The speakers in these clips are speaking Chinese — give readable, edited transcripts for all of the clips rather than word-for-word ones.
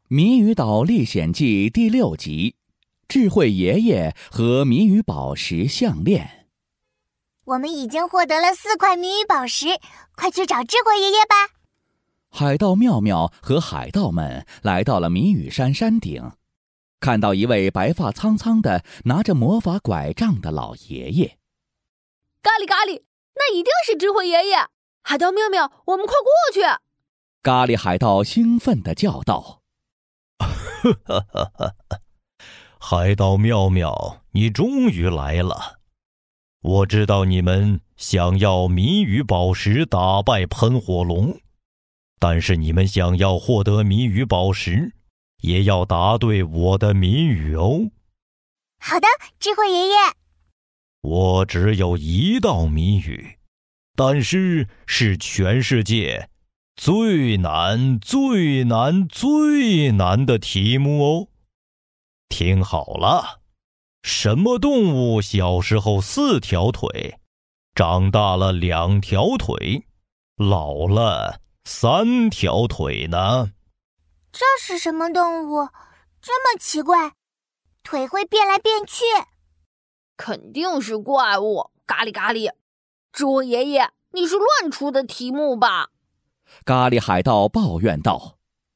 谜语岛历险记第6集，智慧爷爷和谜语宝石项链。 我们已经获得了4块谜语宝石，快去找智慧爷爷吧。 海盗妙妙和海盗们来到了谜语山山顶，看到一位白发苍苍的拿着魔法拐杖的老爷爷。 咖喱咖喱，那一定是智慧爷爷！海盗妙妙，我们快过去！ 咖喱海盗兴奋地叫道： 海盗妙妙，你终于来了！我知道你们想要谜语宝石打败喷火龙，但是你们想要获得谜语宝石，也要答对我的谜语哦。 好的，智慧爷爷。 我只有1道谜语，但是是全世界最难的题目哦。听好了，什么动物小时候4条腿，长大了2条腿，老了3条腿呢？ 这是什么动物？这么奇怪，腿会变来变去。 肯定是怪物，咖喱咖喱。智慧爷爷，你是乱出的题目吧？ 咖喱海盗抱怨道：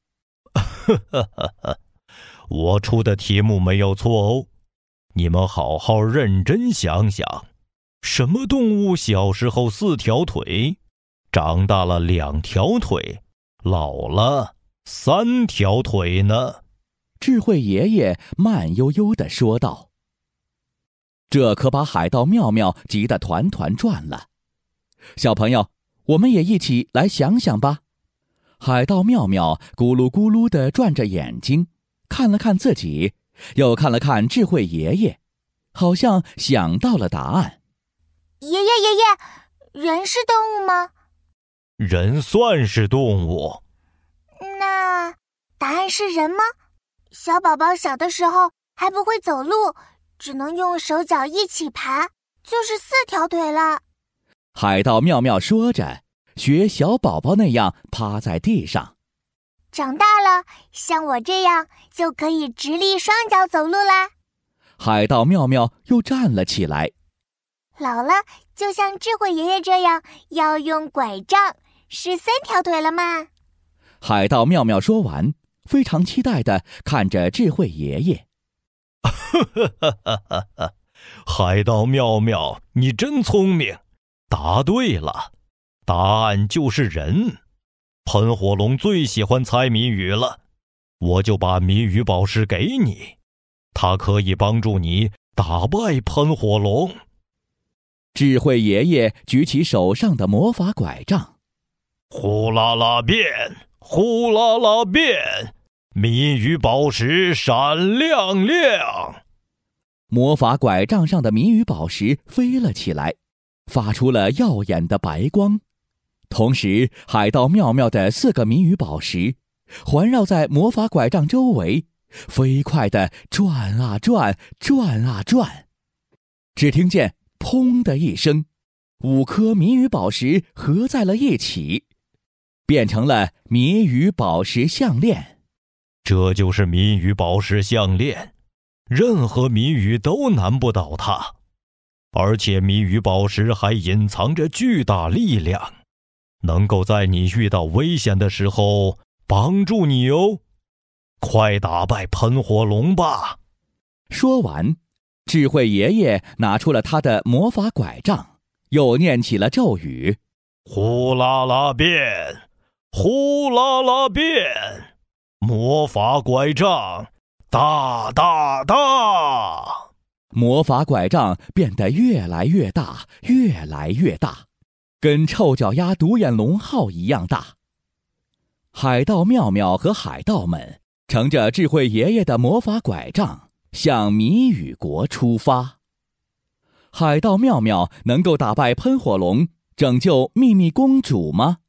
我出的题目没有错哦，你们好好认真想想，什么动物小时候4条腿，长大了2条腿，老了3条腿呢？ 智慧爷爷慢悠悠地说道。这可把海盗妙妙急得团团转了。小朋友，我们也一起来想想吧。海盗妙妙咕噜咕噜地转着眼睛，看了看自己，又看了看智慧爷爷，好像想到了答案。 爷爷，人是动物吗？ 人算是动物。 那答案是人吗？小宝宝小的时候还不会走路，只能用手脚一起爬，就是4条腿了。 海盗妙妙说着，学小宝宝那样趴在地上。 长大了，像我这样就可以直立双脚走路啦。 海盗妙妙又站了起来。 老了，就像智慧爷爷这样，要用拐杖，是3条腿了吗？ 海盗妙妙说完，非常期待地看着智慧爷爷。 海盗妙妙，你真聪明，答对了，答案就是人。喷火龙最喜欢猜谜语了，我就把谜语宝石给你，它可以帮助你打败喷火龙。 智慧爷爷举起手上的魔法拐杖， 呼啦啦变，呼啦啦变，谜语宝石闪亮亮。 魔法拐杖上的谜语宝石飞了起来，发出了耀眼的白光。同时，海盗妙妙的4个谜语宝石环绕在魔法拐杖周围，飞快地转啊转，转啊转。只听见砰的一声，5颗谜语宝石合在了一起，变成了谜语宝石项链。 这就是谜语宝石项链，任何谜语都难不倒它。而且谜语宝石还隐藏着巨大力量，能够在你遇到危险的时候帮助你哦。快打败喷火龙吧！ 说完，智慧爷爷拿出了他的魔法拐杖，又念起了咒语： 呼啦啦变，呼啦啦变，魔法拐杖大大大。 魔法拐杖变得越来越大，越来越大，跟臭脚丫独眼龙号一样大。海盗妙妙和海盗们乘着智慧爷爷的魔法拐杖向谜语国出发。海盗妙妙能够打败喷火龙，拯救秘密公主吗？